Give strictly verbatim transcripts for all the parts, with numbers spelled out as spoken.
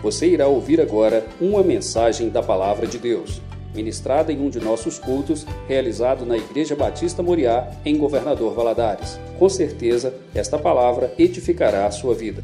Você irá ouvir agora uma mensagem da Palavra de Deus, ministrada em um de nossos cultos, realizado na Igreja Batista Moriá, em Governador Valadares. Com certeza, esta palavra edificará a sua vida.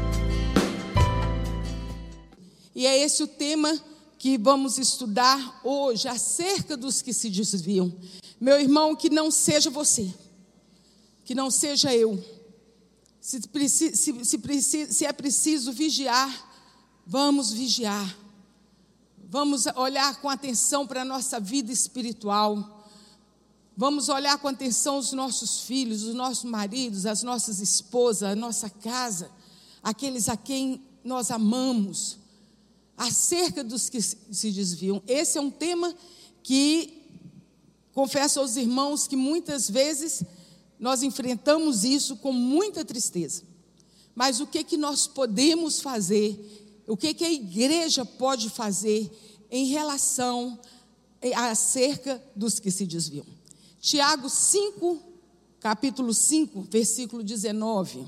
E é esse o tema que vamos estudar hoje, acerca dos que se desviam. Meu irmão, que não seja você, que não seja eu. Se, se, se, se é preciso vigiar, vamos vigiar. Vamos olhar com atenção para a nossa vida espiritual. Vamos olhar com atenção os nossos filhos, os nossos maridos, as nossas esposas, a nossa casa, aqueles a quem nós amamos, acerca dos que se desviam. Esse é um tema que, confesso aos irmãos, que muitas vezes nós enfrentamos isso com muita tristeza. Mas o que que nós podemos fazer? O que que a igreja pode fazer em relação acerca dos que se desviam? Tiago cinco, capítulo cinco, versículo dezenove.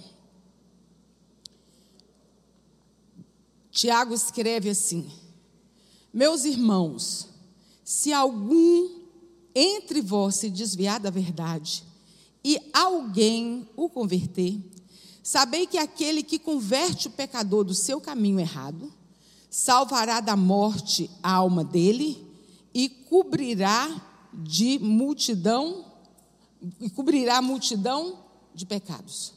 Tiago escreve assim: meus irmãos, se algum entre vós se desviar da verdade e alguém o converter, sabei que aquele que converte o pecador do seu caminho errado, salvará da morte a alma dele e cobrirá de multidão, e cobrirá a multidão de pecados.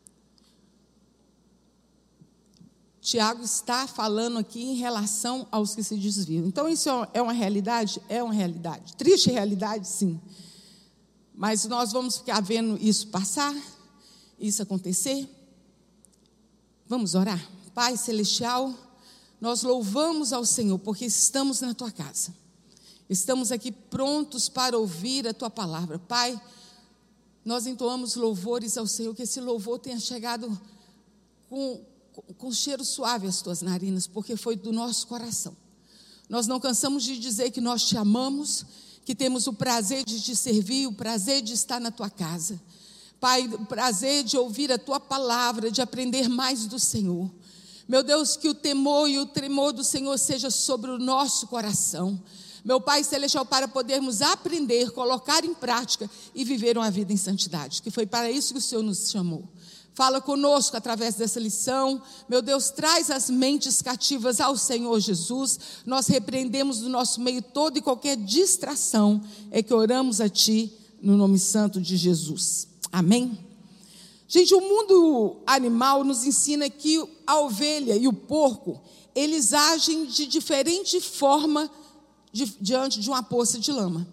Tiago está falando aqui em relação aos que se desviam. Então, isso é uma realidade? É uma realidade. Triste realidade, sim. Mas nós vamos ficar vendo isso passar, isso acontecer. Vamos orar? Pai Celestial, nós louvamos ao Senhor, porque estamos na Tua casa. Estamos aqui prontos para ouvir a Tua palavra. Pai, nós entoamos louvores ao Senhor, que esse louvor tenha chegado com, com cheiro suave às Tuas narinas, porque foi do nosso coração. Nós não cansamos de dizer que nós Te amamos, que temos o prazer de Te servir, o prazer de estar na Tua casa. Pai, o prazer de ouvir a Tua palavra, de aprender mais do Senhor. Meu Deus, que o temor e o tremor do Senhor seja sobre o nosso coração. Meu Pai Celestial, para podermos aprender, colocar em prática e viver uma vida em santidade, que foi para isso que o Senhor nos chamou. Fala conosco através dessa lição. Meu Deus, traz as mentes cativas ao Senhor Jesus. Nós repreendemos do nosso meio toda e qualquer distração. É que oramos a Ti no nome santo de Jesus. Amém? Gente, o mundo animal nos ensina que a ovelha e o porco, eles agem de diferente forma de, diante de uma poça de lama.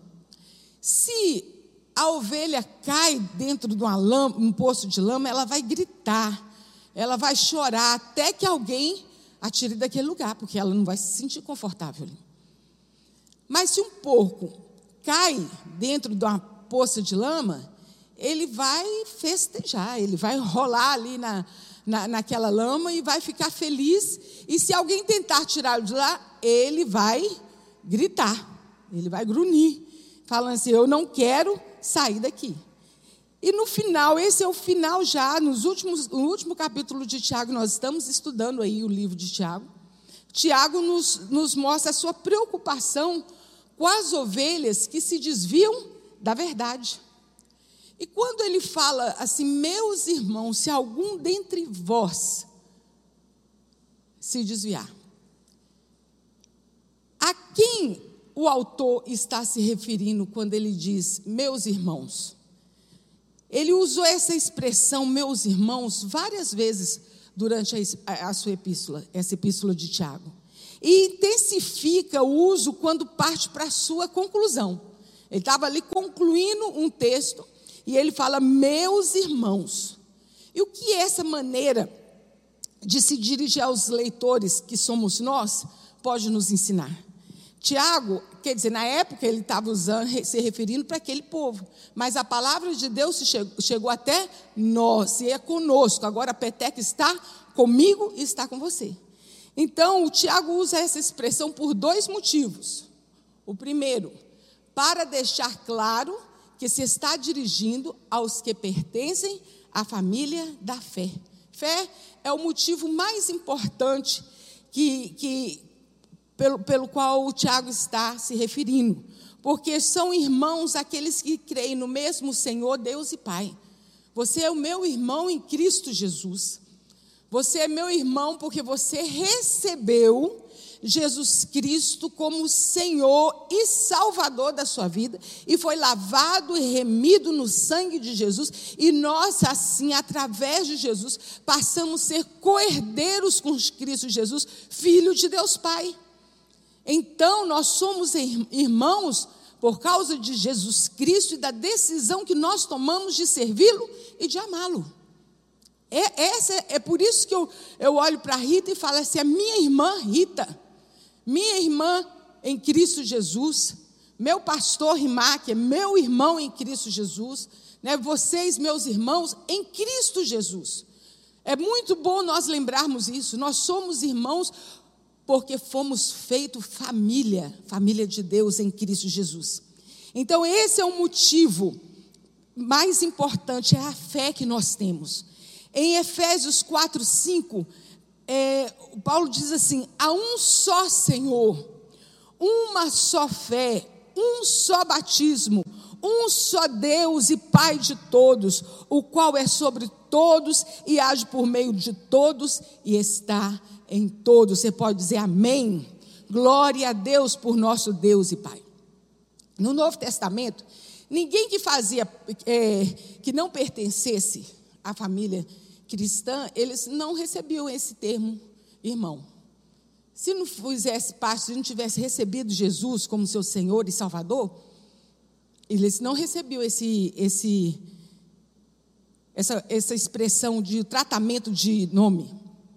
Se a ovelha cai dentro de uma lama, um poço de lama, ela vai gritar, ela vai chorar, até que alguém a tire daquele lugar, porque ela não vai se sentir confortável ali. Mas se um porco cai dentro de uma poça de lama, ele vai festejar, ele vai rolar ali na, na, naquela lama e vai ficar feliz. E se alguém tentar tirá-lo de lá, ele vai gritar, ele vai grunhir, falando assim: eu não quero sair daqui. E no final, esse é o final já, nos últimos, no último capítulo de Tiago, nós estamos estudando aí o livro de Tiago. Tiago nos, nos mostra a sua preocupação com as ovelhas que se desviam da verdade. E quando ele fala assim: meus irmãos, se algum dentre vós se desviar, a quem o autor está se referindo quando ele diz meus irmãos? Ele usou essa expressão, meus irmãos, várias vezes durante a, a sua epístola, essa epístola de Tiago. E intensifica o uso quando parte para a sua conclusão. Ele estava ali concluindo um texto e ele fala meus irmãos. E o que é essa maneira de se dirigir aos leitores, que somos nós, pode nos ensinar? Tiago, quer dizer, na época ele estava usando, se referindo para aquele povo, mas a palavra de Deus chegou, chegou até nós, e é conosco. Agora a peteca está comigo e está com você. Então, o Tiago usa essa expressão por dois motivos. O primeiro, para deixar claro que se está dirigindo aos que pertencem à família da fé. Fé é o motivo mais importante que, que, pelo, pelo qual o Tiago está se referindo. Porque são irmãos aqueles que creem no mesmo Senhor, Deus e Pai. Você é o meu irmão em Cristo Jesus. Você é meu irmão porque você recebeu Jesus Cristo como Senhor e Salvador da sua vida, e foi lavado e remido no sangue de Jesus, e nós assim, através de Jesus, passamos a ser co-herdeiros com Cristo Jesus, Filho de Deus Pai. Então nós somos irmãos por causa de Jesus Cristo e da decisão que nós tomamos de servi-lo e de amá-lo. É, essa, é por isso que eu, eu olho para a Rita e falo assim, a minha irmã Rita, minha irmã em Cristo Jesus, meu pastor Rimac, meu irmão em Cristo Jesus, né? Vocês, meus irmãos, em Cristo Jesus. É muito bom nós lembrarmos isso, nós somos irmãos porque fomos feitos família, família de Deus em Cristo Jesus. Então esse é o motivo mais importante, é a fé que nós temos. Em Efésios quatro, cinco, é, Paulo diz assim, há um só Senhor, uma só fé, um só batismo, um só Deus e Pai de todos, o qual é sobre todos e age por meio de todos e está em todos. Você pode dizer amém? Glória a Deus por nosso Deus e Pai. No Novo Testamento, ninguém que fazia, é, que não pertencesse à família cristã, eles não recebiam esse termo irmão. Se não fizesse parte, se não tivesse recebido Jesus como seu Senhor e Salvador, eles não recebiam esse, esse, essa, essa expressão de tratamento de nome.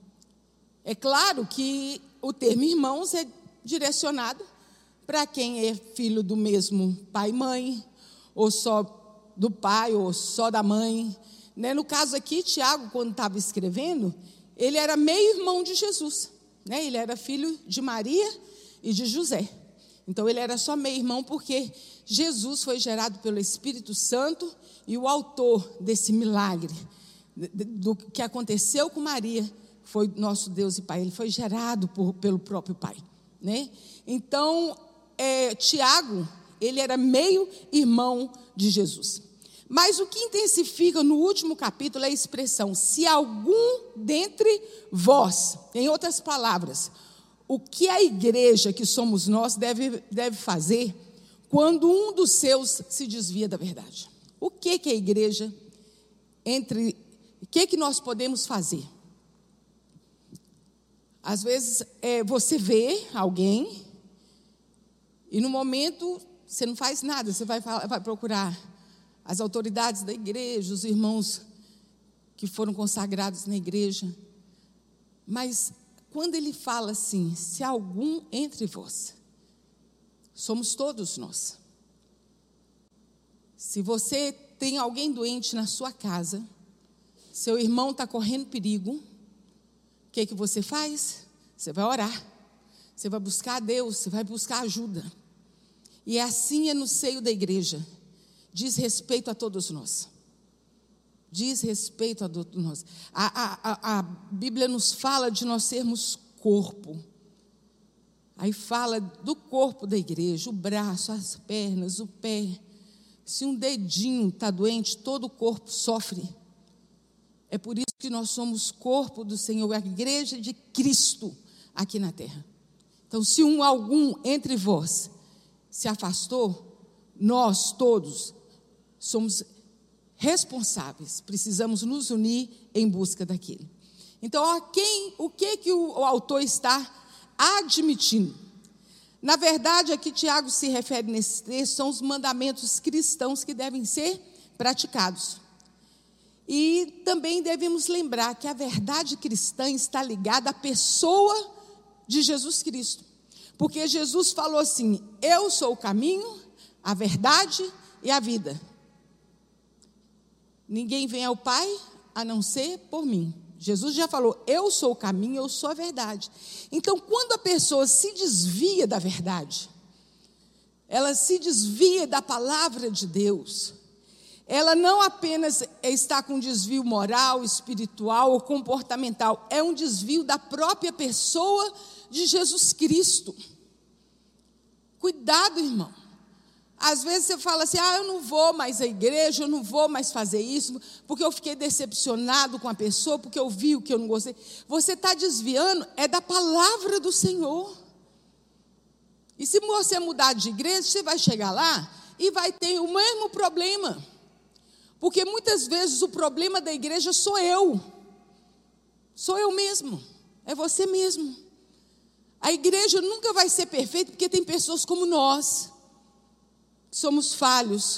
É claro que o termo irmãos é direcionado para quem é filho do mesmo pai e mãe, ou só do pai, ou só da mãe. Né? No caso aqui, Tiago, quando estava escrevendo, ele era meio-irmão de Jesus. Né? Ele era filho de Maria e de José. Então, ele era só meio-irmão porque Jesus foi gerado pelo Espírito Santo e o autor desse milagre, do que aconteceu com Maria, foi nosso Deus e Pai. Ele foi gerado por, pelo próprio Pai. Né? Então, é, Tiago, ele era meio-irmão de Jesus. Mas o que intensifica no último capítulo é a expressão, se algum dentre vós, em outras palavras, o que a igreja que somos nós deve, deve fazer quando um dos seus se desvia da verdade. O que que a igreja, entre, o que que nós podemos fazer? Às vezes é, você vê alguém e no momento você não faz nada, você vai, vai procurar as autoridades da igreja, os irmãos que foram consagrados na igreja. Mas quando ele fala assim, se algum entre vós, somos todos nós. Se você tem alguém doente na sua casa, seu irmão está correndo perigo, o que, que você faz? Você vai orar, você vai buscar a Deus, você vai buscar ajuda. E assim é no seio da igreja. Diz respeito a todos nós. Diz respeito a todos nós. A, a, a, a Bíblia nos fala de nós sermos corpo. Aí fala do corpo da igreja, o braço, as pernas, o pé. Se um dedinho está doente, todo o corpo sofre. É por isso que nós somos corpo do Senhor, a igreja de Cristo aqui na terra. Então, se um algum entre vós se afastou, nós todos somos responsáveis, precisamos nos unir em busca daquele. Então, ó, quem, o que, que o, o autor está admitindo? Na verdade, aqui Tiago se refere nesse texto, são os mandamentos cristãos que devem ser praticados. E também devemos lembrar que a verdade cristã está ligada à pessoa de Jesus Cristo. Porque Jesus falou assim, eu sou o caminho, a verdade e a vida. Ninguém vem ao Pai a não ser por mim. Jesus já falou, eu sou o caminho, eu sou a verdade. Então, quando a pessoa se desvia da verdade, ela se desvia da palavra de Deus, ela não apenas está com desvio moral, espiritual ou comportamental, é um desvio da própria pessoa de Jesus Cristo. Cuidado, irmão. Às vezes você fala assim, ah, eu não vou mais à igreja, eu não vou mais fazer isso, porque eu fiquei decepcionado com a pessoa, porque eu vi o que eu não gostei. Você está desviando, é da palavra do Senhor. E se você mudar de igreja, você vai chegar lá e vai ter o mesmo problema. Porque muitas vezes o problema da igreja sou eu. Sou eu mesmo, é você mesmo. A igreja nunca vai ser perfeita, porque tem pessoas como nós, somos falhos,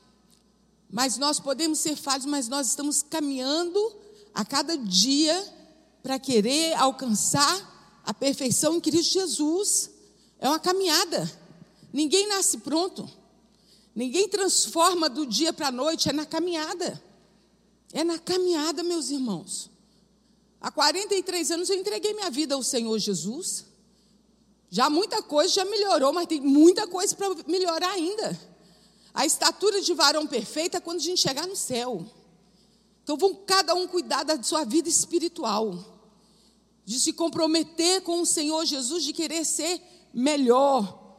mas nós podemos ser falhos, mas nós estamos caminhando a cada dia para querer alcançar a perfeição em Cristo Jesus. É uma caminhada, ninguém nasce pronto, ninguém transforma do dia para a noite, é na caminhada, é na caminhada, meus irmãos. Há quarenta e três anos eu entreguei minha vida ao Senhor Jesus. Já muita coisa já melhorou, mas tem muita coisa para melhorar ainda. A estatura de varão perfeita é quando a gente chegar no céu. Então vamos cada um cuidar da sua vida espiritual, de se comprometer com o Senhor Jesus, de querer ser melhor.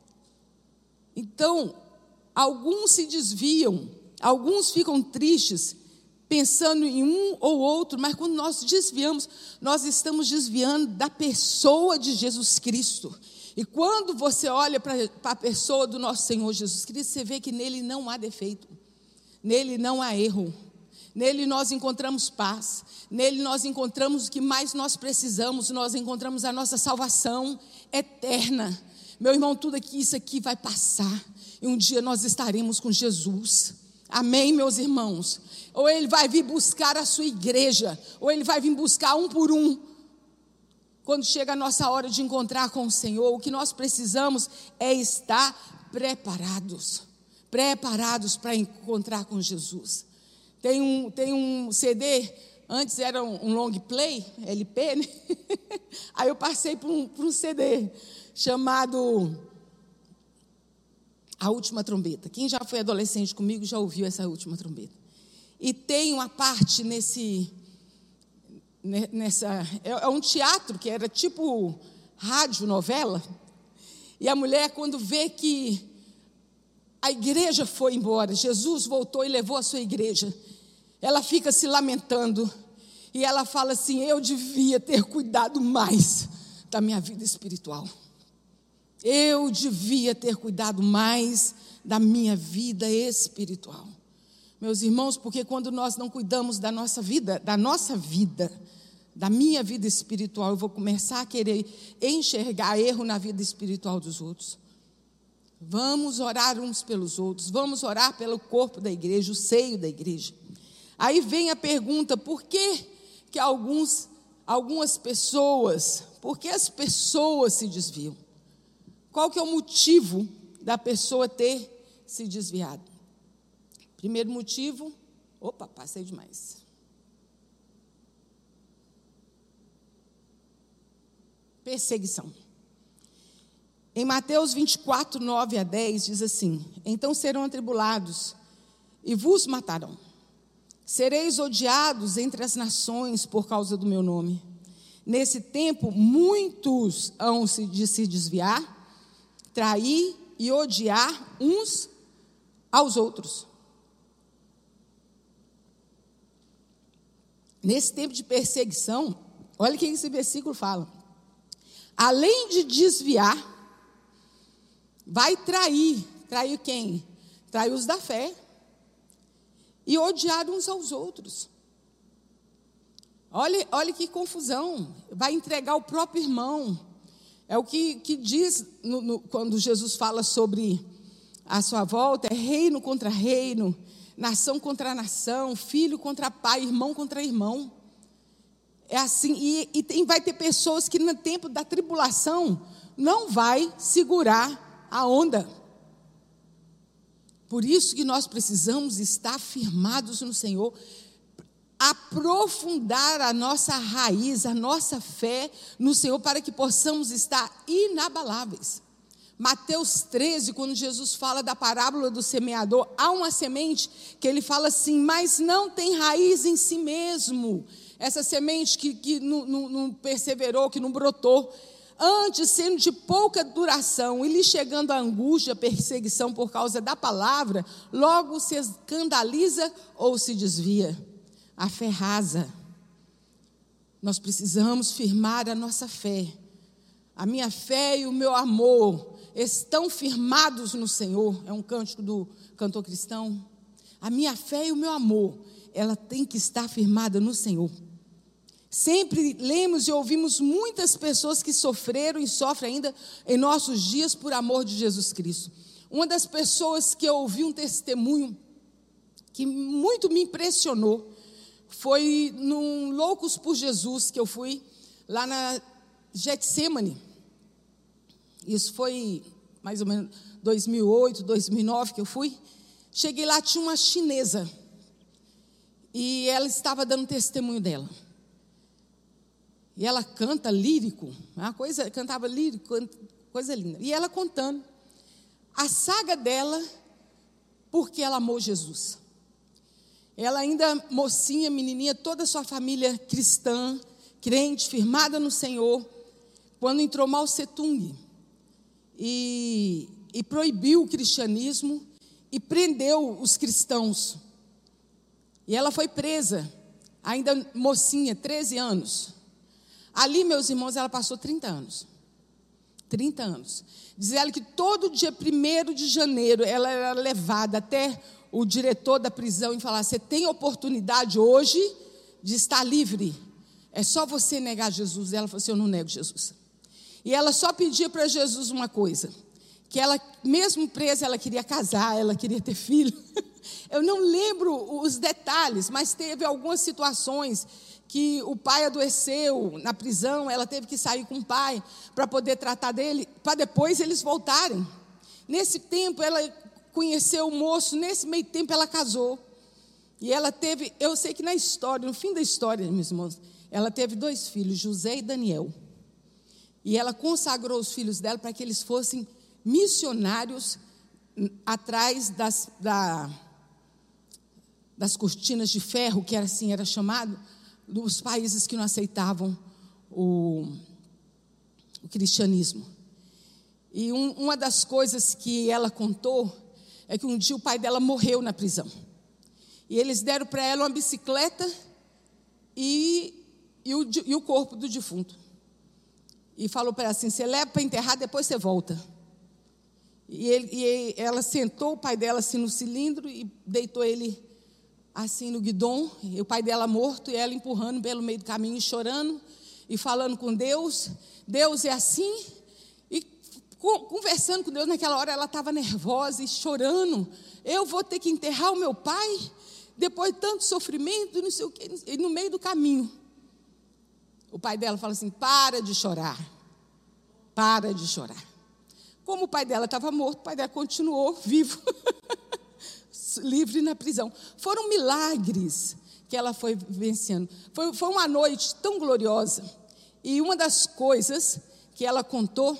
Então, alguns se desviam, alguns ficam tristes, pensando em um ou outro, mas quando nós desviamos, nós estamos desviando da pessoa de Jesus Cristo. E quando você olha para a pessoa do nosso Senhor Jesus Cristo, você vê que nele não há defeito, nele não há erro, nele nós encontramos paz, nele nós encontramos o que mais nós precisamos, nós encontramos a nossa salvação eterna. Meu irmão, tudo aqui, isso aqui vai passar, e um dia nós estaremos com Jesus. Amém, meus irmãos? Ou ele vai vir buscar a sua igreja, ou ele vai vir buscar um por um. Quando chega a nossa hora de encontrar com o Senhor, o que nós precisamos é estar preparados, preparados para encontrar com Jesus. Tem um, tem um C D, antes era um, um long play, L P, né? Aí eu passei por um, por um C D chamado A Última Trombeta. Quem já foi adolescente comigo já ouviu essa Última Trombeta. E tem uma parte nesse, nessa, é um teatro que era tipo rádio, novela, e a mulher, quando vê que a igreja foi embora, Jesus voltou e levou a sua igreja, ela fica se lamentando, e ela fala assim, eu devia ter cuidado mais da minha vida espiritual, eu devia ter cuidado mais da minha vida espiritual. Meus irmãos, porque quando nós não cuidamos da nossa vida, da nossa vida, da minha vida espiritual, eu vou começar a querer enxergar erro na vida espiritual dos outros. Vamos orar uns pelos outros, vamos orar pelo corpo da igreja, o seio da igreja. Aí vem a pergunta, por que que alguns, algumas pessoas, por que as pessoas se desviam? Qual que é o motivo da pessoa ter se desviado? Primeiro motivo, opa, passei demais. Perseguição. Em Mateus vinte e quatro, nove a dez, diz assim, então serão atribulados e vos matarão. Sereis odiados entre as nações por causa do meu nome. Nesse tempo, muitos hão de se desviar, trair e odiar uns aos outros. Nesse tempo de perseguição, olha o que esse versículo fala. Além de desviar, vai trair. Trair quem? Trair os da fé. E odiar uns aos outros. Olha, olha que confusão. Vai entregar o próprio irmão. É o que, que diz no, no, quando Jesus fala sobre a sua volta. É reino contra reino. Nação contra nação, filho contra pai, irmão contra irmão. É assim, e, e tem, vai ter pessoas que no tempo da tribulação não vai segurar a onda. Por isso que nós precisamos estar firmados no Senhor, aprofundar a nossa raiz, a nossa fé no Senhor, para que possamos estar inabaláveis. Mateus treze, quando Jesus fala da parábola do semeador, há uma semente que ele fala assim, mas não tem raiz em si mesmo. Essa semente que, que não, não, não perseverou, que não brotou. Antes, sendo de pouca duração, e lhe chegando a angústia, a perseguição por causa da palavra, logo se escandaliza ou se desvia. A fé rasa. Nós precisamos firmar a nossa fé. A minha fé e o meu amor estão firmados no Senhor. É um cântico do cantor cristão. A minha fé e o meu amor, ela tem que estar firmada no Senhor. Sempre lemos e ouvimos muitas pessoas que sofreram e sofrem ainda em nossos dias por amor de Jesus Cristo. Uma das pessoas que eu ouvi um testemunho que muito me impressionou foi num Loucos por Jesus, que eu fui lá na Getsemane. Isso foi mais ou menos dois mil e oito, dois mil e nove que eu fui. Cheguei lá, tinha uma chinesa e ela estava dando testemunho dela. E ela canta lírico, uma coisa, cantava lírico, coisa linda. E ela contando a saga dela, porque ela amou Jesus. Ela ainda mocinha, menininha, toda a sua família cristã, crente, firmada no Senhor, quando entrou Mao Tse-tung e, e proibiu o cristianismo e prendeu os cristãos. E ela foi presa, ainda mocinha, treze anos. Ali, meus irmãos, ela passou trinta anos. trinta anos. Diz ela que todo dia primeiro de janeiro, ela era levada até o diretor da prisão e falar, você tem oportunidade hoje de estar livre. É só você negar Jesus. Ela falou assim, eu não nego Jesus. E ela só pedia para Jesus uma coisa, que ela, mesmo presa, ela queria casar, ela queria ter filho. Eu não lembro os detalhes, mas teve algumas situações que o pai adoeceu na prisão, ela teve que sair com o pai para poder tratar dele, para depois eles voltarem. Nesse tempo, ela conheceu o moço, nesse meio tempo ela casou. E ela teve, eu sei que na história, no fim da história, meus irmãos, ela teve dois filhos, José e Daniel. E ela consagrou os filhos dela para que eles fossem missionários atrás das, da, das cortinas de ferro, que era assim era chamado, dos países que não aceitavam o, o cristianismo. E um, uma das coisas que ela contou é que um dia o pai dela morreu na prisão. E eles deram para ela uma bicicleta e, e, o, e o corpo do defunto. E falou para ela assim, você leva para enterrar, depois você volta. E, ele, e ela sentou o pai dela assim no cilindro e deitou ele assim no guidão, e o pai dela morto, e ela empurrando pelo meio do caminho, chorando, e falando com Deus, Deus é assim, e conversando com Deus. Naquela hora ela estava nervosa e chorando, eu vou ter que enterrar o meu pai, depois de tanto sofrimento, não sei o quê, e no meio do caminho, o pai dela fala assim, para de chorar, para de chorar. Como o pai dela estava morto, o pai dela continuou vivo, livre na prisão. Foram milagres que ela foi vivenciando. Foi, foi uma noite tão gloriosa. E uma das coisas que ela contou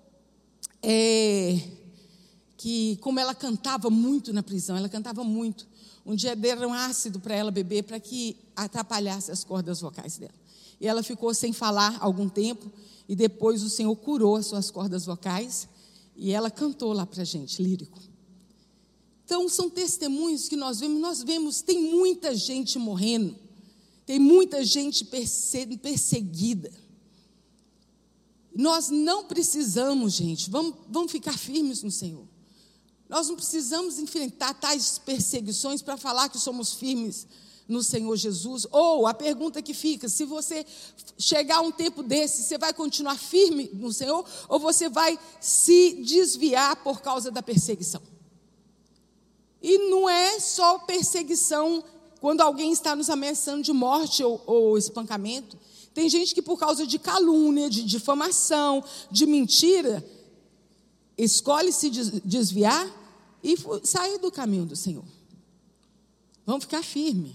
é que, como ela cantava muito na prisão, ela cantava muito. Um dia deram ácido para ela beber para que atrapalhasse as cordas vocais dela. E ela ficou sem falar algum tempo, e depois o Senhor curou as suas cordas vocais, e ela cantou lá para a gente, lírico. Então, são testemunhos que nós vemos, nós vemos, tem muita gente morrendo, tem muita gente perse- perseguida. Nós não precisamos, gente, vamos, vamos ficar firmes no Senhor. Nós não precisamos enfrentar tais perseguições para falar que somos firmes no Senhor Jesus. Ou a pergunta que fica, se você chegar a um tempo desse, você vai continuar firme no Senhor, ou você vai se desviar por causa da perseguição? E não é só perseguição quando alguém está nos ameaçando de morte ou, ou espancamento. Tem gente que por causa de calúnia, de difamação, de mentira, escolhe se desviar e sair do caminho do Senhor. Vamos ficar firmes.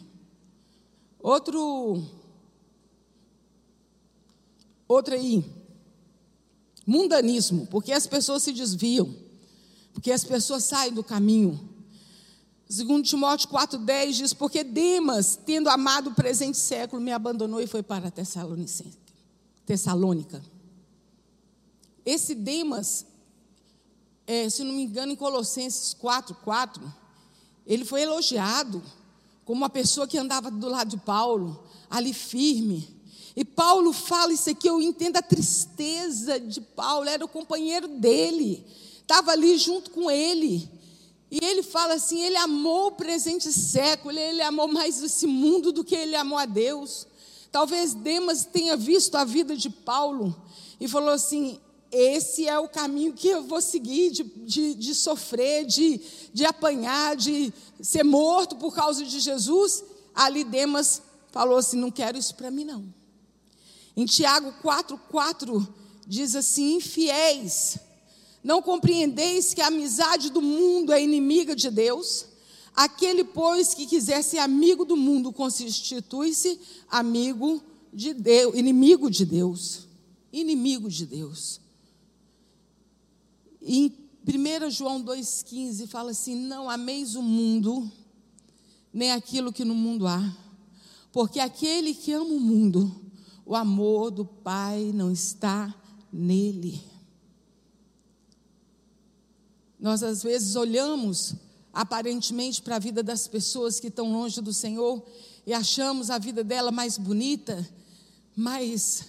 Outro, outro aí, Mundanismo, porque as pessoas se desviam, porque as pessoas saem do caminho. Segundo Timóteo quatro, dez diz, porque Demas, tendo amado o presente século, me abandonou e foi para Tessalônica. Esse Demas, é, se não me engano, em Colossenses quatro, quatro, ele foi elogiado como uma pessoa que andava do lado de Paulo, ali firme. E Paulo fala isso aqui, eu entendo a tristeza de Paulo, era o companheiro dele, estava ali junto com ele. E ele fala assim, ele amou o presente século, ele amou mais esse mundo do que ele amou a Deus. Talvez Demas tenha visto a vida de Paulo e falou assim, esse é o caminho que eu vou seguir, de, de, de sofrer, de, de apanhar, de ser morto por causa de Jesus. Ali Demas falou assim, não quero isso para mim não. Em Tiago quatro, quatro diz assim, infiéis, não compreendeis que a amizade do mundo é inimiga de Deus? Aquele, pois, que quiser ser amigo do mundo, constitui-se amigo de Deus, inimigo de Deus. Inimigo de Deus. E em primeiro João dois, quinze fala assim, não ameis o mundo, nem aquilo que no mundo há, porque aquele que ama o mundo, o amor do Pai não está nele. Nós às vezes olhamos aparentemente para a vida das pessoas que estão longe do Senhor e achamos a vida dela mais bonita, mais,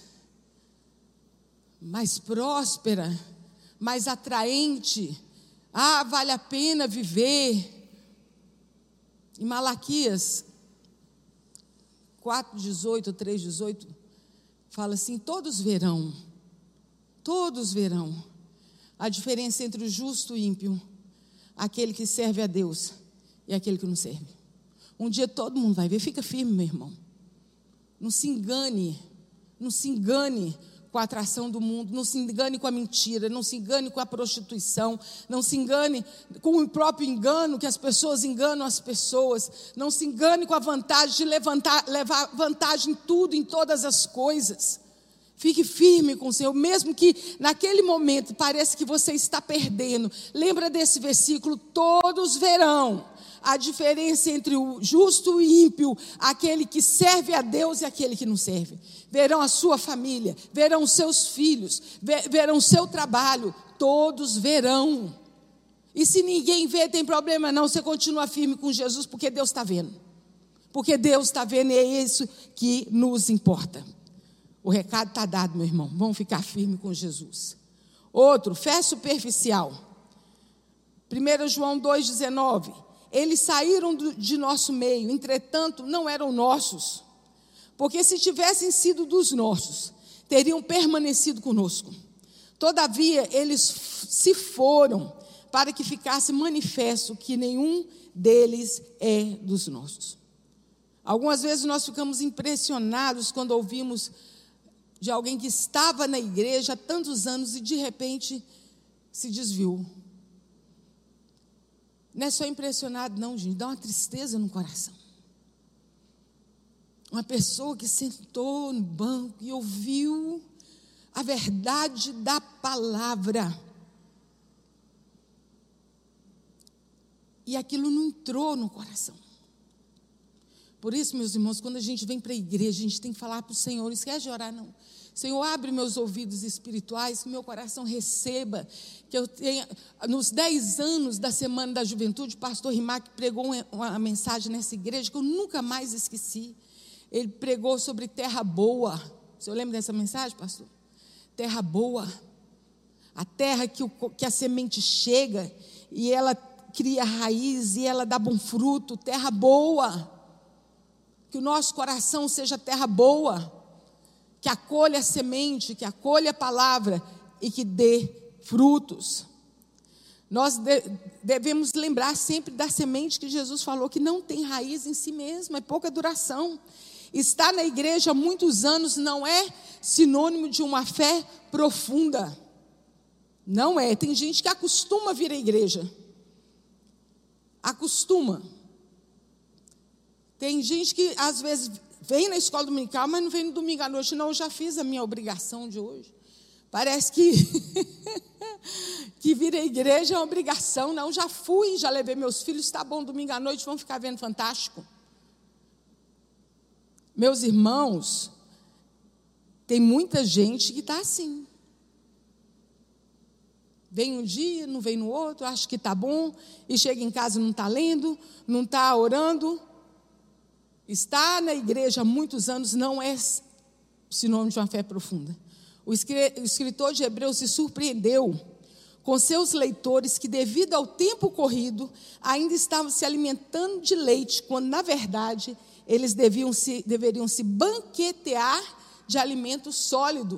mais próspera, mais atraente. Ah, vale a pena viver. Em Malaquias quatro, dezoito, três, dezoito, fala assim, todos verão, todos verão a diferença entre o justo e o ímpio, aquele que serve a Deus e aquele que não serve. Um dia todo mundo vai ver, fica firme, meu irmão. Não se engane, não se engane com a atração do mundo, não se engane com a mentira, não se engane com a prostituição, não se engane com o próprio engano, que as pessoas enganam as pessoas, não se engane com a vantagem de levantar, levar vantagem em tudo, em todas as coisas. Fique firme com o Senhor, mesmo que naquele momento pareça que você está perdendo. Lembra desse versículo, todos verão a diferença entre o justo e o ímpio, aquele que serve a Deus e aquele que não serve. Verão a sua família, verão os seus filhos, verão o seu trabalho, todos verão. E se ninguém vê, tem problema não, você continua firme com Jesus, porque Deus está vendo. Porque Deus está vendo e é isso que nos importa. O recado está dado, meu irmão. Vamos ficar firme com Jesus. Outro, fé superficial. primeiro João dois, dezenove. Eles saíram do, de nosso meio, entretanto, não eram nossos. Porque se tivessem sido dos nossos, teriam permanecido conosco. Todavia, eles se foram para que ficasse manifesto que nenhum deles é dos nossos. Algumas vezes nós ficamos impressionados quando ouvimos de alguém que estava na igreja há tantos anos e de repente se desviou. Não é só impressionado não, gente, dá uma tristeza no coração. Uma pessoa que sentou no banco e ouviu a verdade da palavra. E aquilo não entrou no coração. Por isso, meus irmãos, quando a gente vem para a igreja, a gente tem que falar para o Senhor, não esquece de orar não. Senhor, abre meus ouvidos espirituais, que meu coração receba, que eu tenha, nos dez anos da Semana da Juventude, o pastor Rimac pregou uma, uma mensagem nessa igreja que eu nunca mais esqueci. Ele pregou sobre terra boa. O senhor lembra dessa mensagem, pastor? Terra boa. A terra que, o, que a semente chega e ela cria raiz e ela dá bom fruto, terra boa. Que o nosso coração seja terra boa, que acolha a semente, que acolha a palavra e que dê frutos. Nós de, devemos lembrar sempre da semente que Jesus falou, que não tem raiz em si mesma, é pouca duração. Estar na igreja há muitos anos não é sinônimo de uma fé profunda. Não é. Tem gente que acostuma a vir à igreja. Acostuma. Tem gente que às vezes vem na escola dominical, mas não vem no domingo à noite. Não, eu já fiz a minha obrigação de hoje. Parece que, que vir à igreja é uma obrigação. Não, já fui, já levei meus filhos, está bom, domingo à noite, vamos ficar vendo Fantástico. Meus irmãos, tem muita gente que está assim. Vem um dia, não vem no outro, acha que está bom, e chega em casa e não está lendo, não está orando. Estar na igreja há muitos anos não é sinônimo de uma fé profunda. O escritor de Hebreus se surpreendeu com seus leitores que, devido ao tempo corrido, ainda estavam se alimentando de leite, quando, na verdade, eles deviam se, deveriam se banquetear de alimento sólido.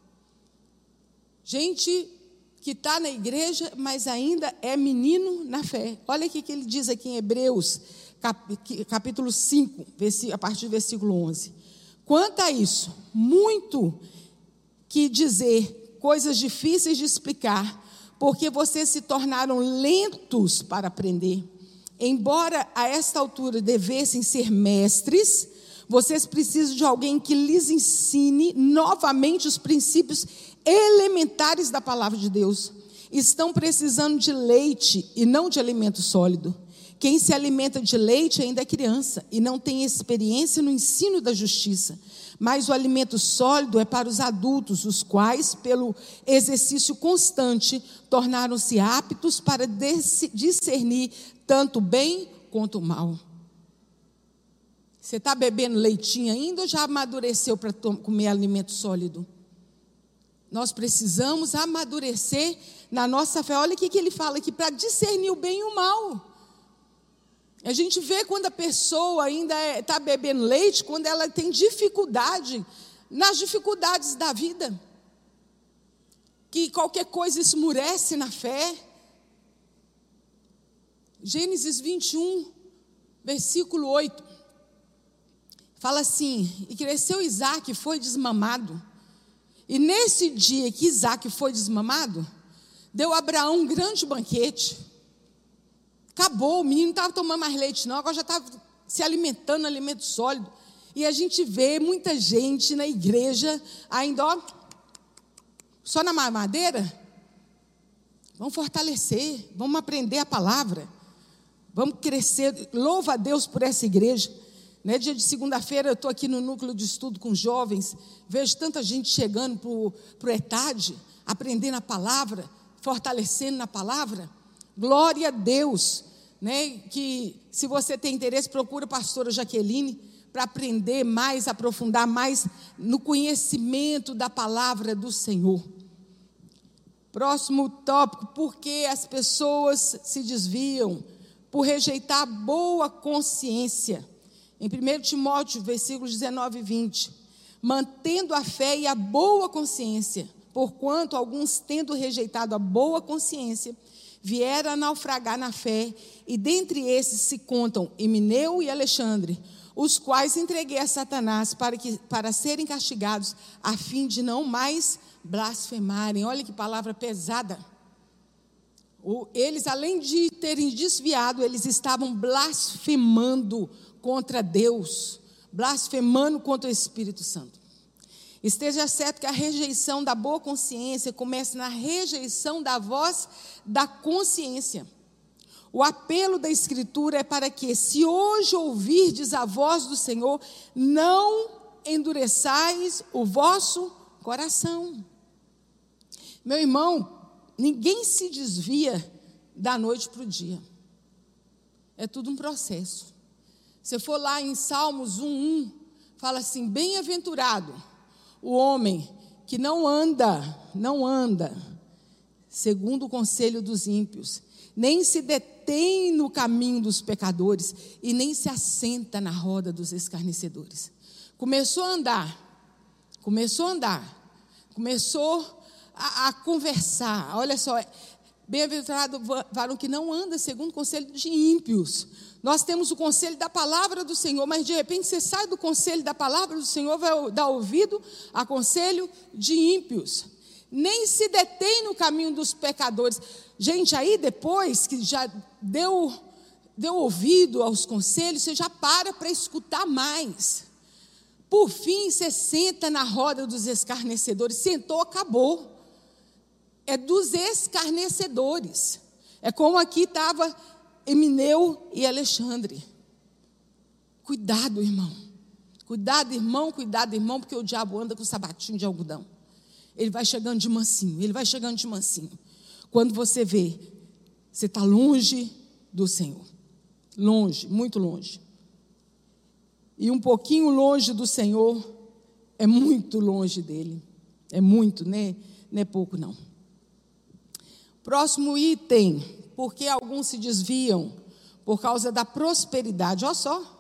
Gente que está na igreja, mas ainda é menino na fé. Olha o que ele diz aqui em Hebreus, capítulo cinco, a partir do versículo onze. Quanto a isso, muito que dizer, coisas difíceis de explicar, porque vocês se tornaram lentos para aprender. Embora a esta altura devessem ser mestres, vocês precisam de alguém que lhes ensine novamente os princípios elementares da palavra de Deus. Estão precisando de leite e não de alimento sólido. Quem se alimenta de leite ainda é criança e não tem experiência no ensino da justiça. Mas o alimento sólido é para os adultos, os quais, pelo exercício constante, tornaram-se aptos para discernir tanto o bem quanto o mal. Você está bebendo leitinho ainda ou já amadureceu para comer alimento sólido? Nós precisamos amadurecer na nossa fé. Olha o que ele fala aqui, para discernir o bem e o mal. A gente vê quando a pessoa ainda está bebendo leite, quando ela tem dificuldade, nas dificuldades da vida, que qualquer coisa esmurece na fé. Gênesis vinte e um, versículo oito, fala assim: e cresceu Isaque e foi desmamado, e nesse dia que Isaque foi desmamado, deu a Abraão um grande banquete. Acabou, o menino não estava tomando mais leite não, agora já estava se alimentando, alimento sólido. E a gente vê muita gente na igreja ainda, ó, só na mamadeira. Vamos fortalecer, vamos aprender a palavra, vamos crescer. Louva a Deus por essa igreja, né? Dia de segunda-feira eu estou aqui no núcleo de estudo com jovens, vejo tanta gente chegando para o ETAD, aprendendo a palavra, fortalecendo na palavra. Glória a Deus, né? Que se você tem interesse, procura a pastora Jaqueline para aprender mais, aprofundar mais no conhecimento da palavra do Senhor. Próximo tópico: por que as pessoas se desviam? Por rejeitar a boa consciência. Em primeiro Timóteo, versículos dezenove e vinte, mantendo a fé e a boa consciência, porquanto alguns, tendo rejeitado a boa consciência, vieram a naufragar na fé, e dentre esses se contam Emineu e Alexandre, os quais entreguei a Satanás para, que, para serem castigados, a fim de não mais blasfemarem. Olha que palavra pesada. Eles, além de terem desviado, eles estavam blasfemando contra Deus, blasfemando contra o Espírito Santo. Esteja certo que a rejeição da boa consciência começa na rejeição da voz da consciência. O apelo da Escritura é para que, se hoje ouvirdes a voz do Senhor, não endureçais o vosso coração. Meu irmão, ninguém se desvia da noite para o dia. É tudo um processo. Se for lá em Salmos um, um, fala assim: bem-aventurado o homem que não anda, não anda, segundo o conselho dos ímpios, nem se detém no caminho dos pecadores, e nem se assenta na roda dos escarnecedores. Começou a andar, começou a andar, começou a, a conversar. Olha só, bem-aventurado o varão que não anda segundo o conselho de ímpios. Nós temos o conselho da palavra do Senhor, mas de repente você sai do conselho da palavra do Senhor, vai dar ouvido a conselho de ímpios. Nem se detém no caminho dos pecadores. Gente, aí depois que já deu, deu ouvido aos conselhos, você já para para escutar mais. Por fim, você senta na roda dos escarnecedores. Sentou, acabou. é dos escarnecedores. É como aqui estava Emineu e Alexandre. Cuidado, irmão. Cuidado, irmão, cuidado, irmão, porque o diabo anda com sapatinho de algodão. Ele vai chegando de mansinho, ele vai chegando de mansinho. Quando você vê, você está longe do Senhor. Longe, muito longe. E um pouquinho longe do Senhor é muito longe dele. É muito, né? Não é pouco, não. Próximo item, porque alguns se desviam por causa da prosperidade. Olha só.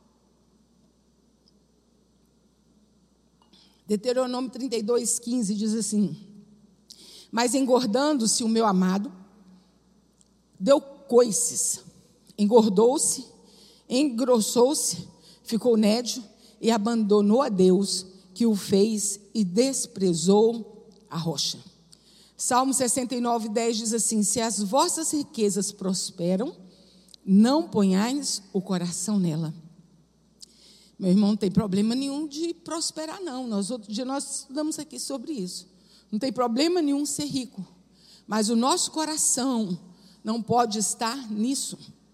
Deuteronômio trinta e dois, quinze diz assim: mas engordando-se o meu amado, deu coices, engordou-se, engrossou-se, ficou nédio e abandonou a Deus que o fez e desprezou a rocha. Salmo sessenta e nove, dez diz assim: se as vossas riquezas prosperam, não ponhais o coração nela. Meu irmão, não tem problema nenhum de prosperar, não. Nós, outro dia nós estudamos aqui sobre isso. Não tem problema nenhum ser rico. Mas o nosso coração não pode estar nisso.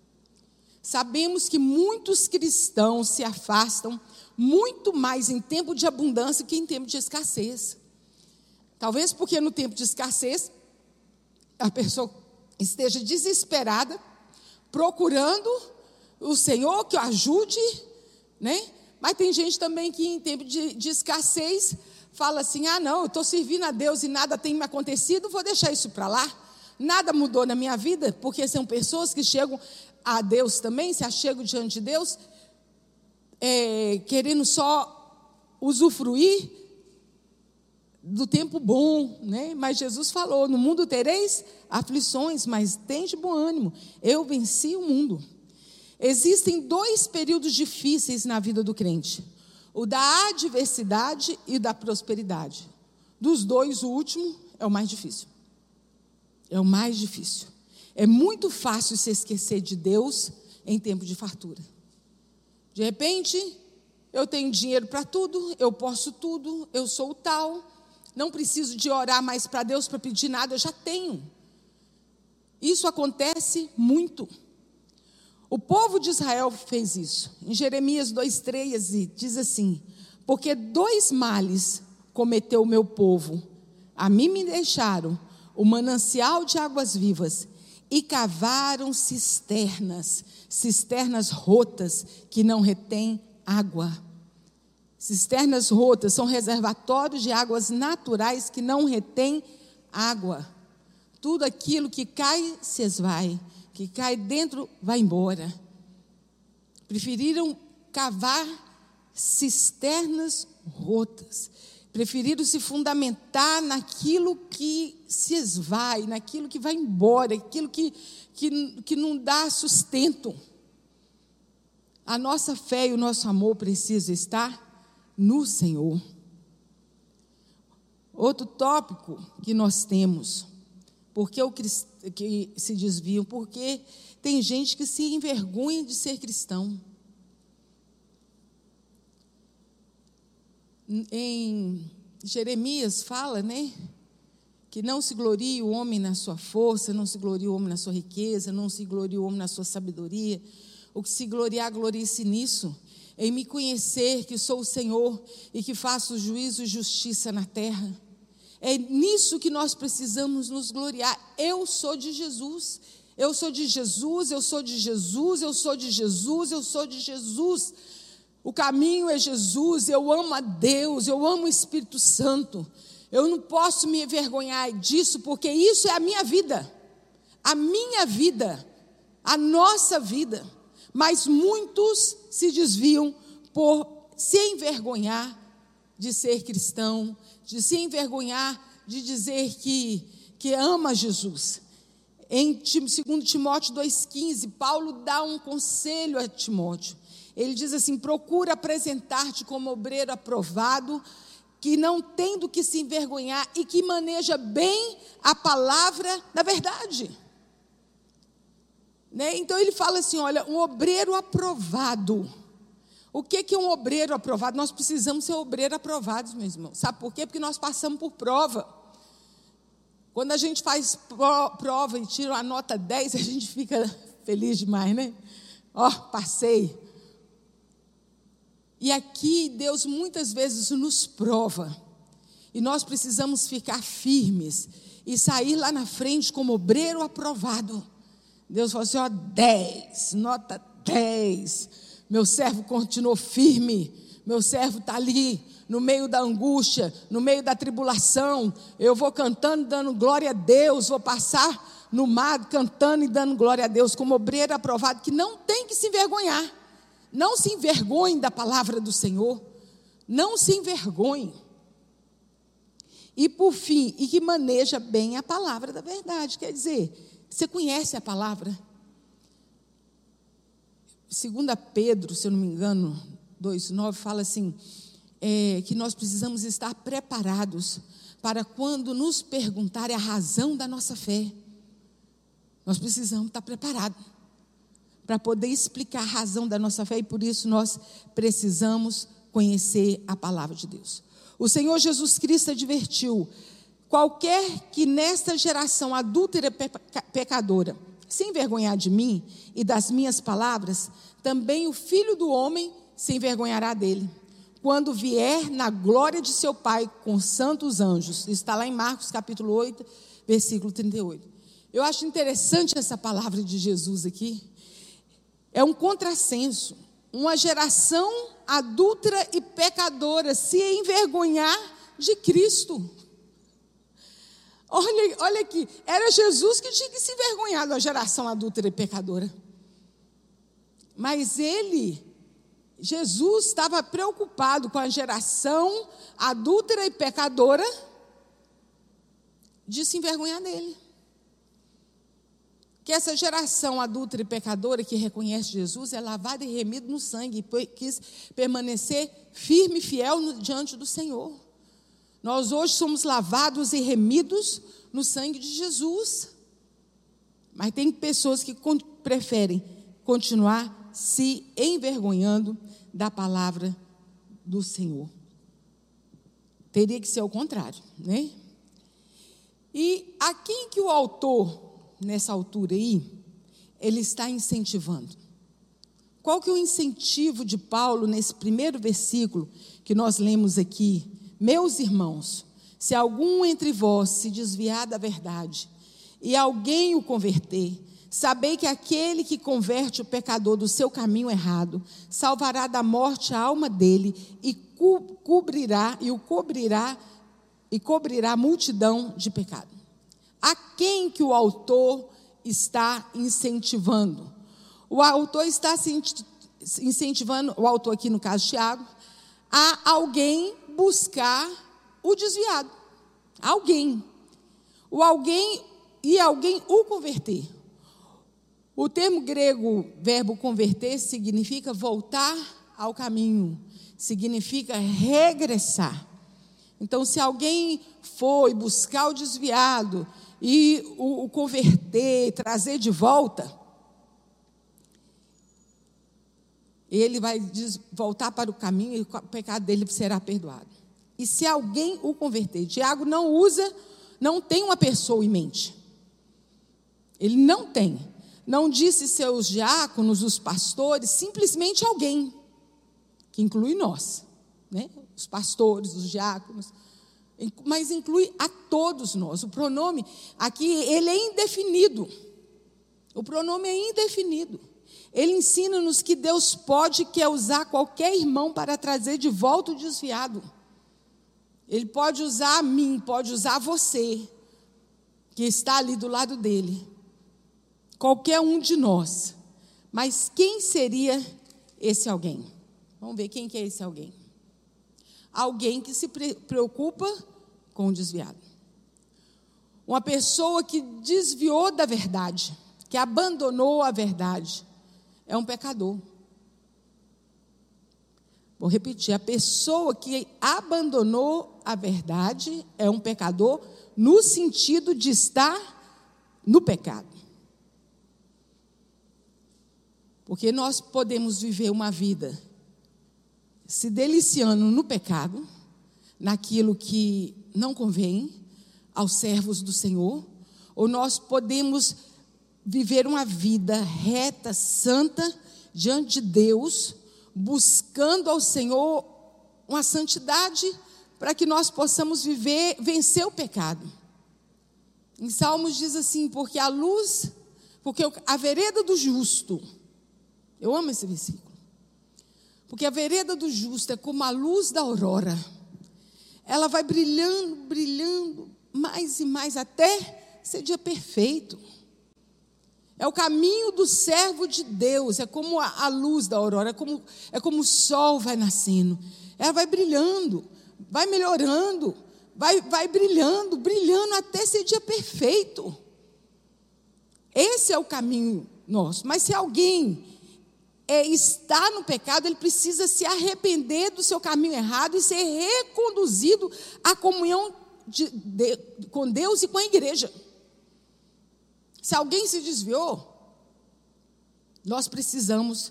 Sabemos que muitos cristãos se afastam muito mais em tempo de abundância que em tempo de escassez. Talvez porque no tempo de escassez a pessoa esteja desesperada, procurando o Senhor que o ajude, né? Mas tem gente também que em tempo de, de escassez fala assim: ah não, eu estou servindo a Deus e nada tem me acontecido, vou deixar isso para lá. Nada mudou na minha vida, porque são pessoas que chegam a Deus também, se achegam diante de Deus, é, querendo só usufruir do tempo bom, né? Mas Jesus falou: no mundo tereis aflições, mas tende bom ânimo, eu venci o mundo. Existem dois períodos difíceis na vida do crente: o da adversidade e da prosperidade. Dos dois, o último é o mais difícil. É o mais difícil. É muito fácil se esquecer de Deus em tempo de fartura. De repente, eu tenho dinheiro para tudo, eu posso tudo, eu sou o tal, não preciso de orar mais para Deus para pedir nada, eu já tenho. Isso acontece muito. O povo de Israel fez isso. Em Jeremias dois, treze, diz assim: porque dois males cometeu o meu povo. A mim me deixaram o manancial de águas vivas e cavaram cisternas, cisternas rotas que não retêm água. Cisternas rotas são reservatórios de águas naturais que não retêm água. Tudo aquilo que cai se esvai, que cai dentro vai embora. Preferiram cavar cisternas rotas. Preferiram se fundamentar naquilo que se esvai, naquilo que vai embora, aquilo que, que, que não dá sustento. A nossa fé e o nosso amor precisam estar no Senhor. Outro tópico que nós temos: porque o que se desviam? Porque tem gente que se envergonha de ser cristão. Em Jeremias fala, né, que não se glorie o homem na sua força, não se glorie o homem na sua riqueza, não se glorie o homem na sua sabedoria. O que se gloriar, glorie-se nisso, em me conhecer que sou o Senhor e que faço juízo e justiça na terra. É nisso que nós precisamos nos gloriar. Eu sou de Jesus, eu sou de Jesus, eu sou de Jesus, eu sou de Jesus, eu sou de Jesus. O caminho é Jesus, eu amo a Deus, eu amo o Espírito Santo. Eu não posso me envergonhar disso, porque isso é a minha vida. A minha vida, a nossa vida. Mas muitos se desviam por se envergonhar de ser cristão, de se envergonhar de dizer que, que ama Jesus. Em segundo Timóteo dois, quinze, Paulo dá um conselho a Timóteo. Ele diz assim: procura apresentar-te como obreiro aprovado, que não tem do que se envergonhar e que maneja bem a palavra da verdade. Né? Então ele fala assim: olha, um obreiro aprovado. O que, que é um obreiro aprovado? Nós precisamos ser obreiros aprovados, meus irmãos. Sabe por quê? Porque nós passamos por prova. Quando a gente faz prova e tira a nota dez, a gente fica feliz demais, né? Ó, oh, passei. E aqui Deus muitas vezes nos prova. E nós precisamos ficar firmes e sair lá na frente como obreiro aprovado. Deus falou assim, ó, dez, nota dez. Meu servo continuou firme. Meu servo está ali, no meio da angústia, no meio da tribulação. Eu vou cantando, dando glória a Deus. Vou passar no mar, cantando e dando glória a Deus, como obreiro aprovado, que não tem que se envergonhar. Não se envergonhe da palavra do Senhor. Não se envergonhe. E por fim, e que maneja bem a palavra da verdade. Quer dizer, você conhece a palavra? Segunda Pedro, se eu não me engano, dois, nove, fala assim, é, que nós precisamos estar preparados para quando nos perguntarem a razão da nossa fé. Nós precisamos estar preparados para poder explicar a razão da nossa fé, e por isso nós precisamos conhecer a palavra de Deus. O Senhor Jesus Cristo advertiu, qualquer que nesta geração adúltera e pecadora se envergonhar de mim e das minhas palavras, também o Filho do Homem se envergonhará dele, quando vier na glória de seu Pai com santos anjos. Está lá em Marcos capítulo oito, versículo trinta e oito. Eu acho interessante essa palavra de Jesus aqui. É um contrassenso. Uma geração adúltera e pecadora se envergonhar de Cristo. Olha, olha aqui, era Jesus que tinha que se envergonhar da geração adúltera e pecadora. Mas ele, Jesus, estava preocupado com a geração adúltera e pecadora de se envergonhar dele. Que essa geração adúltera e pecadora que reconhece Jesus é lavada e remida no sangue, e quis permanecer firme e fiel no, diante do Senhor. Nós hoje somos lavados e remidos no sangue de Jesus. Mas tem pessoas que con- preferem continuar se envergonhando da palavra do Senhor. Teria que ser o contrário, né? E a quem que o autor, nessa altura aí, ele está incentivando? Qual que é o incentivo de Paulo nesse primeiro versículo que nós lemos aqui? Meus irmãos, se algum entre vós se desviar da verdade e alguém o converter, sabei que aquele que converte o pecador do seu caminho errado salvará da morte a alma dele e co- cobrirá e o cobrirá e cobrirá a multidão de pecado. A quem que o autor está incentivando? O autor está incentivando, o autor aqui no caso Tiago, a alguém buscar o desviado. Alguém. O alguém e alguém o converter. O termo grego, verbo converter, significa voltar ao caminho, significa regressar. Então, se alguém foi buscar o desviado e o, o converter, trazer de volta, ele vai des, voltar para o caminho e o pecado dele será perdoado. E se alguém o converter, Tiago não usa, não tem uma pessoa em mente. Ele não tem. Não disse seus diáconos, os pastores, simplesmente alguém, que inclui nós, né? Os pastores, os diáconos, mas inclui a todos nós. O pronome aqui, ele é indefinido. O pronome é indefinido. Ele ensina-nos que Deus pode e quer usar qualquer irmão para trazer de volta o desviado. Ele pode usar a mim, pode usar você, que está ali do lado dele. Qualquer um de nós. Mas quem seria esse alguém? Vamos ver quem que é esse alguém. Alguém que se preocupa com o desviado. Uma pessoa que desviou da verdade, que abandonou a verdade, é um pecador. Vou repetir, a pessoa que abandonou a verdade é um pecador no sentido de estar no pecado. Porque nós podemos viver uma vida se deliciando no pecado, naquilo que não convém, aos servos do Senhor, ou nós podemos viver uma vida reta, santa, diante de Deus, buscando ao Senhor uma santidade para que nós possamos viver, vencer o pecado. Em Salmos diz assim, porque a luz, porque a vereda do justo, eu amo esse versículo, porque a vereda do justo é como a luz da aurora, ela vai brilhando, brilhando, mais e mais, até ser dia perfeito. É o caminho do servo de Deus, é como a, a luz da aurora, é como, é como o sol vai nascendo, ela vai brilhando, vai melhorando, vai, vai brilhando, brilhando até ser dia perfeito. Esse é o caminho nosso. Mas se alguém é, está no pecado, ele precisa se arrepender do seu caminho errado e ser reconduzido à comunhão de, de, com Deus e com a igreja. Se alguém se desviou, nós precisamos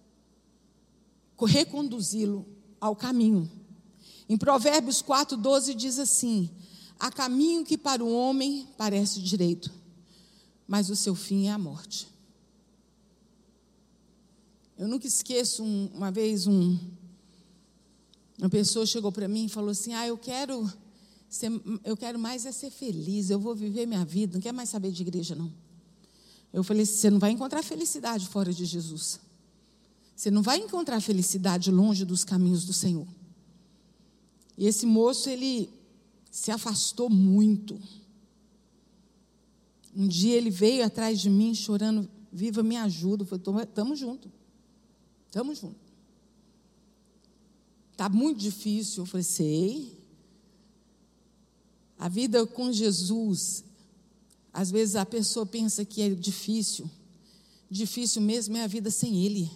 reconduzi-lo ao caminho. Em Provérbios quatro, doze diz assim, há caminho que para o homem parece direito, mas o seu fim é a morte. Eu nunca esqueço, um, uma vez um, uma pessoa chegou para mim e falou assim, ah, eu quero, ser, eu quero mais é ser feliz, eu vou viver minha vida, não quero mais saber de igreja não. Eu falei, você não vai encontrar felicidade fora de Jesus. Você não vai encontrar felicidade longe dos caminhos do Senhor. E esse moço, ele se afastou muito. Um dia ele veio atrás de mim chorando, Viva, me ajuda. Eu falei, estamos juntos. Estamos juntos. Está muito difícil. Eu falei, sei. A vida com Jesus, às vezes a pessoa pensa que é difícil. Difícil mesmo é a vida sem Ele.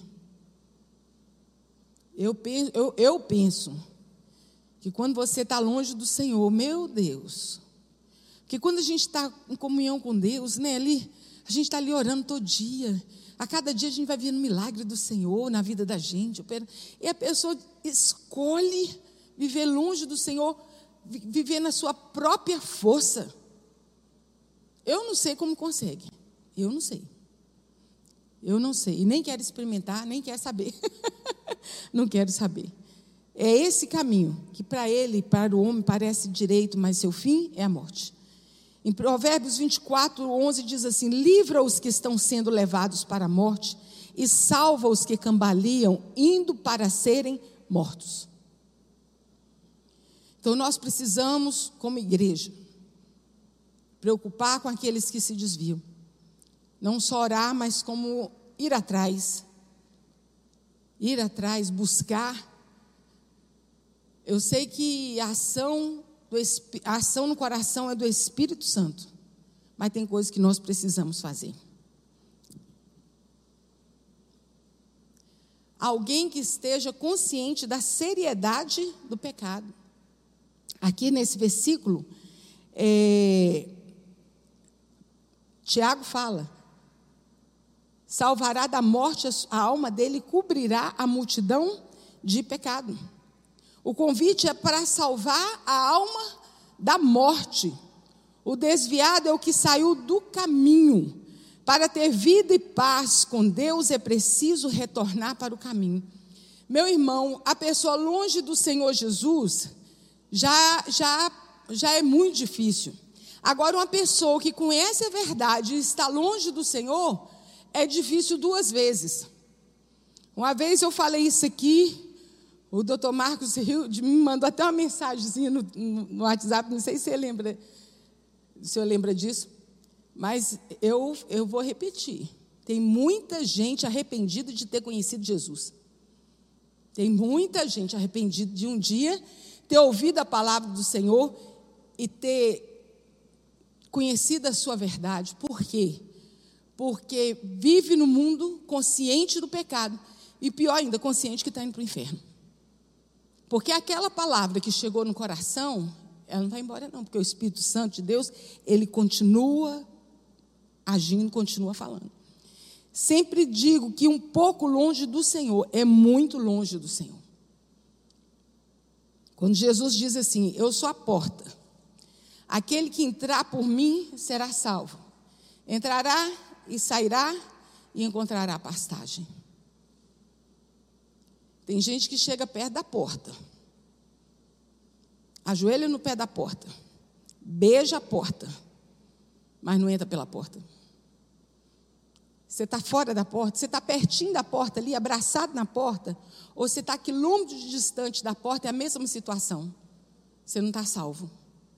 Eu penso, eu, eu penso que quando você está longe do Senhor, meu Deus, que quando a gente está em comunhão com Deus, né, ali, a gente está ali orando todo dia, a cada dia a gente vai vendo o milagre do Senhor na vida da gente, e a pessoa escolhe viver longe do Senhor, viver na sua própria força. Eu não sei como consegue, eu não sei, eu não sei, e nem quero experimentar, nem quero saber, não quero saber. É esse caminho que para ele, para o homem, parece direito, mas seu fim é a morte. Em Provérbios vinte e quatro, onze diz assim, livra os que estão sendo levados para a morte e salva os que cambaleam, indo para serem mortos. Então nós precisamos, como igreja, preocupar com aqueles que se desviam. Não só orar, mas como ir atrás. Ir atrás, buscar. Eu sei que a ação, do, a ação no coração é do Espírito Santo, mas tem coisas que nós precisamos fazer. Alguém que esteja consciente da seriedade do pecado. Aqui nesse versículo, é, Tiago fala, salvará da morte a alma dele e cobrirá a multidão de pecado. O convite é para salvar a alma da morte. O desviado é o que saiu do caminho. Para ter vida e paz com Deus é preciso retornar para o caminho. Meu irmão, a pessoa longe do Senhor Jesus já, já, já é muito difícil. Agora, uma pessoa que conhece a verdade e está longe do Senhor, é difícil duas vezes. Uma vez eu falei isso aqui, o doutor Marcos me mandou até uma mensagenzinha no, no WhatsApp, não sei se você lembra, se o senhor lembra disso, mas eu, eu vou repetir. Tem muita gente arrependida de ter conhecido Jesus. Tem muita gente arrependida de um dia ter ouvido a palavra do Senhor e ter conhecido a sua verdade. Por quê? Porque vive no mundo consciente do pecado e, pior ainda, consciente que está indo para o inferno. Porque aquela palavra que chegou no coração, ela não vai embora não, porque o Espírito Santo de Deus, ele continua agindo, continua falando. Sempre digo que um pouco longe do Senhor é muito longe do Senhor. Quando Jesus diz assim, eu sou a porta, Aquele que entrar por mim será salvo. Entrará e sairá e encontrará pastagem. Tem gente que chega perto da porta, ajoelha no pé da porta, beija a porta, mas não entra pela porta. Você está fora da porta, você está pertinho da porta ali, abraçado na porta, ou você está quilômetros distante da porta, é a mesma situação. Você não está salvo.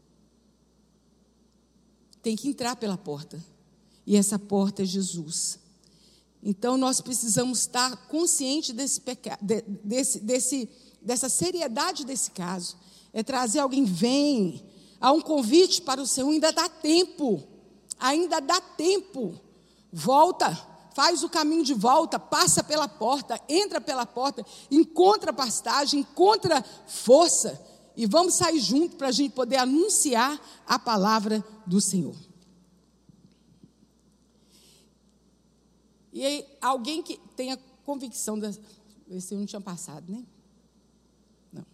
Tem que entrar pela porta, e essa porta é Jesus. Então, nós precisamos estar conscientes desse peca... desse, desse, dessa seriedade desse caso. É trazer alguém, vem, há um convite para o Senhor, ainda dá tempo, ainda dá tempo, volta, faz o caminho de volta, passa pela porta, entra pela porta, encontra pastagem, encontra força, e vamos sair juntos para a gente poder anunciar a palavra do Senhor. E aí, alguém que tenha convicção, da, esse eu não tinha passado, né? Não.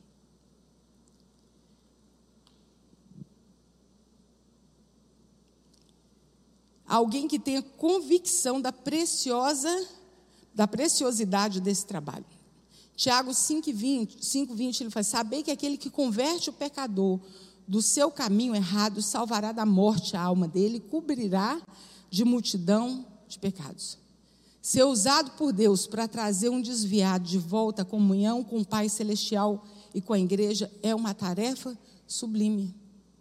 Alguém que tenha convicção da preciosa, da preciosidade desse trabalho. Tiago cinco, vinte, ele fala, saber que aquele que converte o pecador do seu caminho errado, salvará da morte a alma dele, e cobrirá de multidão de pecados. Ser usado por Deus para trazer um desviado de volta à comunhão com o Pai Celestial e com a igreja é uma tarefa sublime.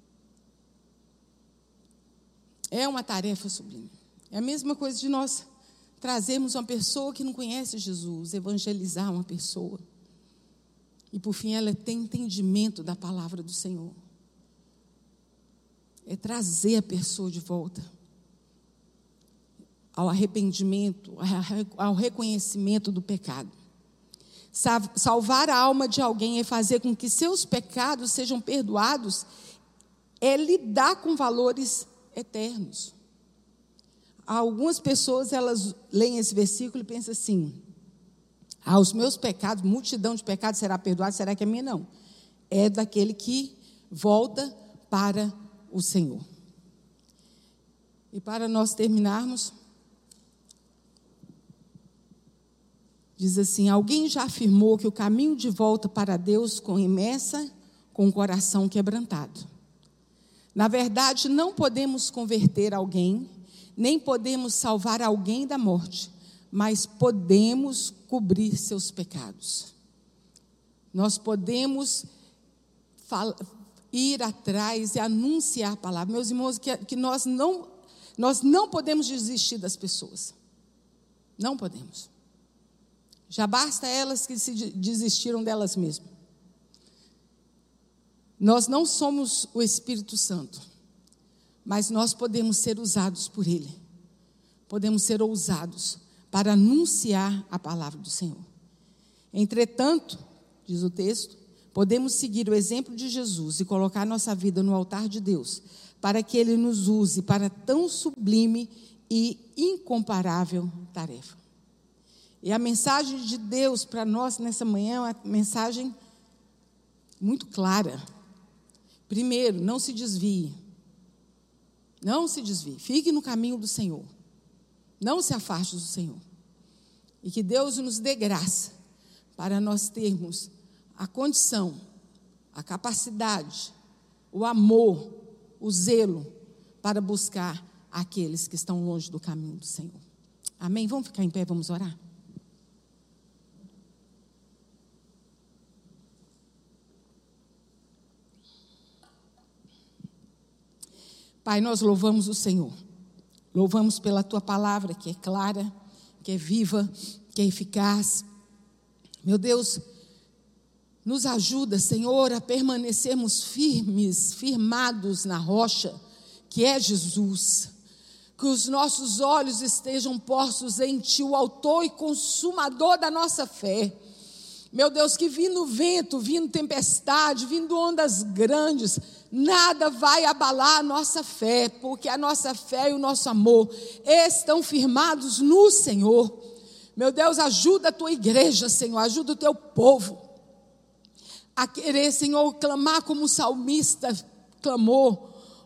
É uma tarefa sublime. É a mesma coisa de nós trazermos uma pessoa que não conhece Jesus, evangelizar uma pessoa. E por fim ela tem entendimento da palavra do Senhor. É trazer a pessoa de volta ao arrependimento, ao reconhecimento do pecado. Salvar a alma de alguém é fazer com que seus pecados sejam perdoados, é lidar com valores eternos. Algumas pessoas, elas leem esse versículo e pensam assim, ah, os meus pecados, multidão de pecados será perdoada, será que é minha? Não. É daquele que volta para o Senhor. E para nós terminarmos, diz assim, alguém já afirmou que o caminho de volta para Deus começa com o coração quebrantado. Na verdade, não podemos converter alguém, nem podemos salvar alguém da morte, mas podemos cobrir seus pecados. Nós podemos fal- ir atrás e anunciar a palavra. Meus irmãos, que, que nós, não, nós não podemos desistir das pessoas. Não podemos. Já basta elas que se desistiram delas mesmas. Nós não somos o Espírito Santo, mas nós podemos ser usados por Ele. Podemos ser ousados para anunciar a palavra do Senhor. Entretanto, diz o texto, podemos seguir o exemplo de Jesus e colocar nossa vida no altar de Deus, para que Ele nos use para tão sublime e incomparável tarefa. E a mensagem de Deus para nós nessa manhã é uma mensagem muito clara. Primeiro, não se desvie. Não se desvie. Fique no caminho do Senhor. Não se afaste do Senhor. E que Deus nos dê graça para nós termos a condição, a capacidade, o amor, o zelo para buscar aqueles que estão longe do caminho do Senhor. Amém? Vamos ficar em pé, vamos orar? Pai, nós louvamos o Senhor, louvamos pela Tua palavra, que é clara, que é viva, que é eficaz. Meu Deus, nos ajuda, Senhor, a permanecermos firmes, firmados na rocha, que é Jesus. Que os nossos olhos estejam postos em Ti, o autor e consumador da nossa fé. Meu Deus, que vindo vento, vindo tempestade, vindo ondas grandes, nada vai abalar a nossa fé, porque a nossa fé e o nosso amor estão firmados no Senhor. Meu Deus, ajuda a Tua igreja, Senhor, ajuda o Teu povo a querer, Senhor, clamar como o salmista clamou,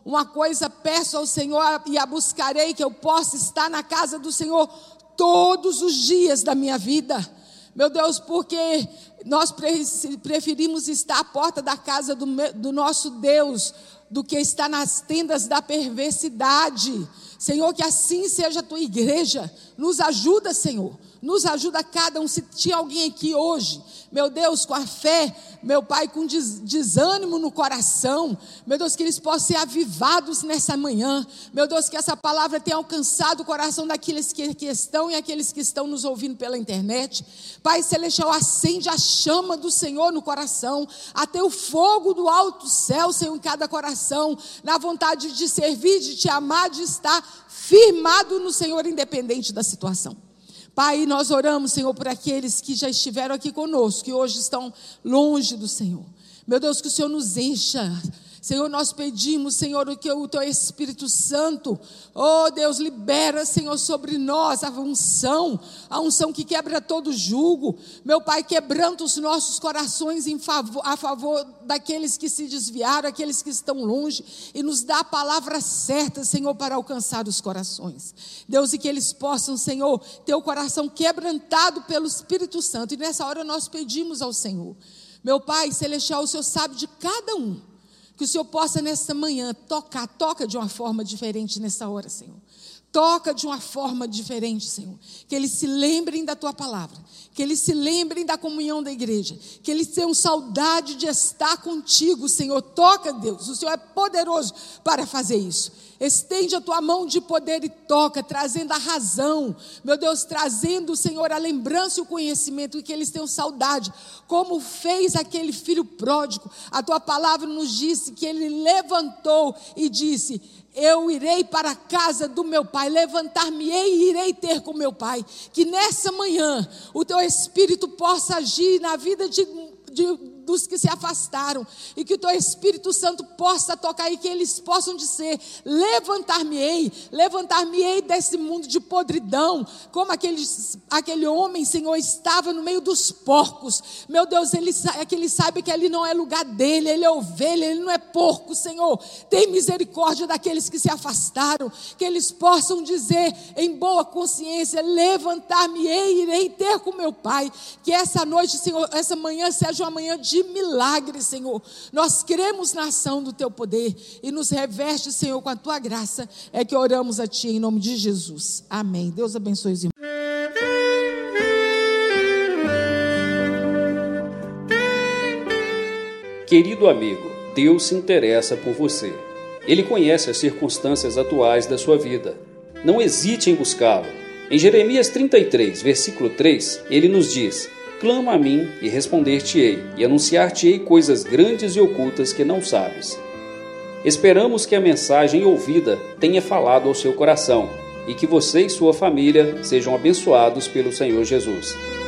Uma coisa peço ao Senhor e a buscarei, que eu possa estar na casa do Senhor todos os dias da minha vida. Meu Deus, porque nós preferimos estar à porta da casa do, do nosso Deus do que estar nas tendas da perversidade. Senhor, que assim seja a tua igreja. Nos ajuda, Senhor. Nos ajuda cada um. Se tinha alguém aqui hoje, meu Deus, com a fé, meu Pai, com des, desânimo no coração, meu Deus, que eles possam ser avivados nessa manhã. Meu Deus, que essa palavra tenha alcançado o coração daqueles que, que estão e aqueles que estão nos ouvindo pela internet. Pai Celestial, acende a chama do Senhor no coração, até o fogo do alto céu, Senhor, em cada coração, na vontade de servir, de te amar, de estar firmado no Senhor, independente da situação. Pai, nós oramos, Senhor, por aqueles que já estiveram aqui conosco, que hoje estão longe do Senhor. Meu Deus, que o Senhor nos encha. Senhor, nós pedimos, Senhor, que o Teu Espírito Santo, oh Deus, libera, Senhor, sobre nós a unção, a unção que quebra todo jugo. Meu Pai, quebranta os nossos corações em favor, a favor daqueles que se desviaram, aqueles que estão longe, e nos dá a palavra certa, Senhor, para alcançar os corações. Deus, e que eles possam, Senhor, ter o coração quebrantado pelo Espírito Santo. E nessa hora nós pedimos ao Senhor, meu Pai Celestial, o Senhor sabe de cada um, que o Senhor possa nessa manhã tocar, toca de uma forma diferente nessa hora, Senhor. Toca de uma forma diferente, Senhor. Que eles se lembrem da Tua palavra, que eles se lembrem da comunhão da igreja, que eles tenham saudade de estar contigo, Senhor. Toca, Deus, o Senhor é poderoso para fazer isso. Estende a Tua mão de poder e toca, trazendo a razão, meu Deus, trazendo, Senhor, a lembrança e o conhecimento, e que eles tenham saudade, como fez aquele filho pródigo. A Tua palavra nos disse que ele levantou e disse: eu irei para a casa do meu pai, levantar-me-ei e irei ter com meu pai. Que nessa manhã o Teu Espírito possa agir na vida de, de dos que se afastaram, e que o Teu Espírito Santo possa tocar, e que eles possam dizer: levantar-me-ei, levantar-me-ei desse mundo de podridão, como aquele, aquele homem, Senhor, estava no meio dos porcos. Meu Deus, ele, que ele saiba que ali não é lugar dele, ele é ovelha, ele não é porco, Senhor. Tem misericórdia daqueles que se afastaram, que eles possam dizer em boa consciência: levantar-me-ei, irei ter com meu pai. Que essa noite, Senhor, essa manhã seja uma manhã de de milagre, Senhor. Nós cremos na ação do Teu poder e nos reveste, Senhor, com a Tua graça. É que oramos a Ti em nome de Jesus. Amém. Deus abençoe os irmãos. Querido amigo, Deus se interessa por você. Ele conhece as circunstâncias atuais da sua vida. Não hesite em buscá-lo. Em Jeremias trinta e três, versículo três, ele nos diz: clama a mim e responder-te-ei, e anunciar-te-ei coisas grandes e ocultas que não sabes. Esperamos que a mensagem ouvida tenha falado ao seu coração, e que você e sua família sejam abençoados pelo Senhor Jesus.